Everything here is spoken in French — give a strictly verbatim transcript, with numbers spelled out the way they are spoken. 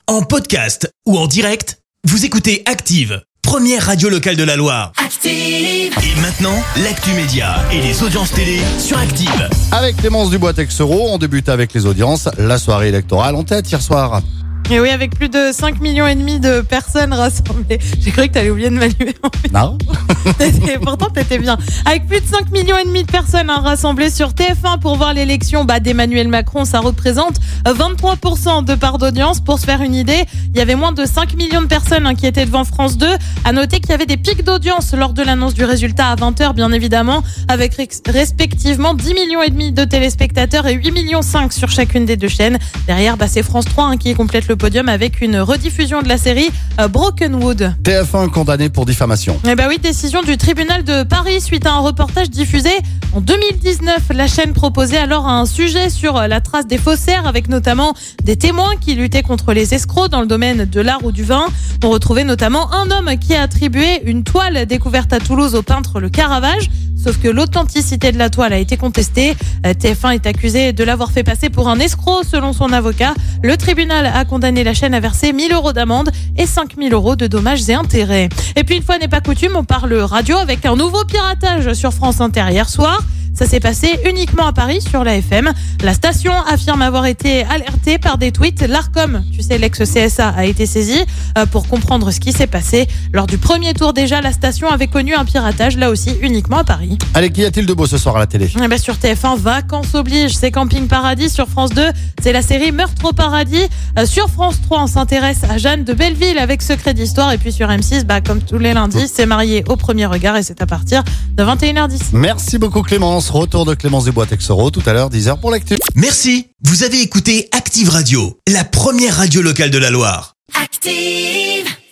En podcast ou en direct, vous écoutez Active, première radio locale de la Loire. Active! Et maintenant, l'actu média et les audiences télé sur Active. Avec Clémence Dubois-Texero, on débute avec les audiences. La soirée électorale en tête hier soir. Et oui, avec plus de cinq millions et demi de personnes rassemblées. J'ai cru que t'allais oublier de m'allumer. Non. Pourtant, t'étais bien. Avec plus de cinq millions et demi de personnes hein, rassemblées sur T F un pour voir l'élection bah, d'Emmanuel Macron, ça représente vingt-trois pour cent de part d'audience. Pour se faire une idée, il y avait moins de cinq millions de personnes hein, qui étaient devant France deux. À noter qu'il y avait des pics d'audience lors de l'annonce du résultat à vingt heures, bien évidemment, avec respectivement dix millions et demi de téléspectateurs et huit millions cinq sur chacune des deux chaînes. Derrière, bah, c'est France trois hein, qui complète le podium avec une rediffusion de la série euh, Broken Wood. T F un condamné pour diffamation. Eh ben oui, décision du tribunal de Paris suite à un reportage diffusé en deux mille dix-neuf. La chaîne proposait alors un sujet sur la trace des faussaires avec notamment des témoins qui luttaient contre les escrocs dans le domaine de l'art ou du vin. On retrouvait notamment un homme qui a attribué une toile découverte à Toulouse au peintre Le Caravage. Sauf que l'authenticité de la toile a été contestée. T F un est accusé de l'avoir fait passer pour un escroc selon son avocat. Le tribunal a condamné la chaîne à verser mille euros d'amende et cinq mille euros de dommages et intérêts. Et puis une fois n'est pas coutume, on parle radio avec un nouveau piratage sur France Inter hier soir. Ça s'est passé uniquement à Paris sur la F M. La station affirme avoir été alertée par des tweets. L'Arcom, tu sais, l'ex-C S A, a été saisie pour comprendre ce qui s'est passé. Lors du premier tour déjà, la station avait connu un piratage, là aussi uniquement à Paris. Allez, qu'y a-t-il de beau ce soir à la télé ? Eh ben, sur T F un, vacances oblige. C'est Camping Paradis. Sur France deux, c'est la série Meurtre au paradis. Euh, sur France trois, on s'intéresse à Jeanne de Belleville avec Secret d'histoire. Et puis sur M six, bah, comme tous les lundis, c'est Marié au premier regard et c'est à partir de vingt et une heures dix. Merci beaucoup Clémence. Retour de Clémence Dubois-Texero tout à l'heure, dix heures pour l'actu. Merci. Vous avez écouté Active Radio, la première radio locale de la Loire. Active!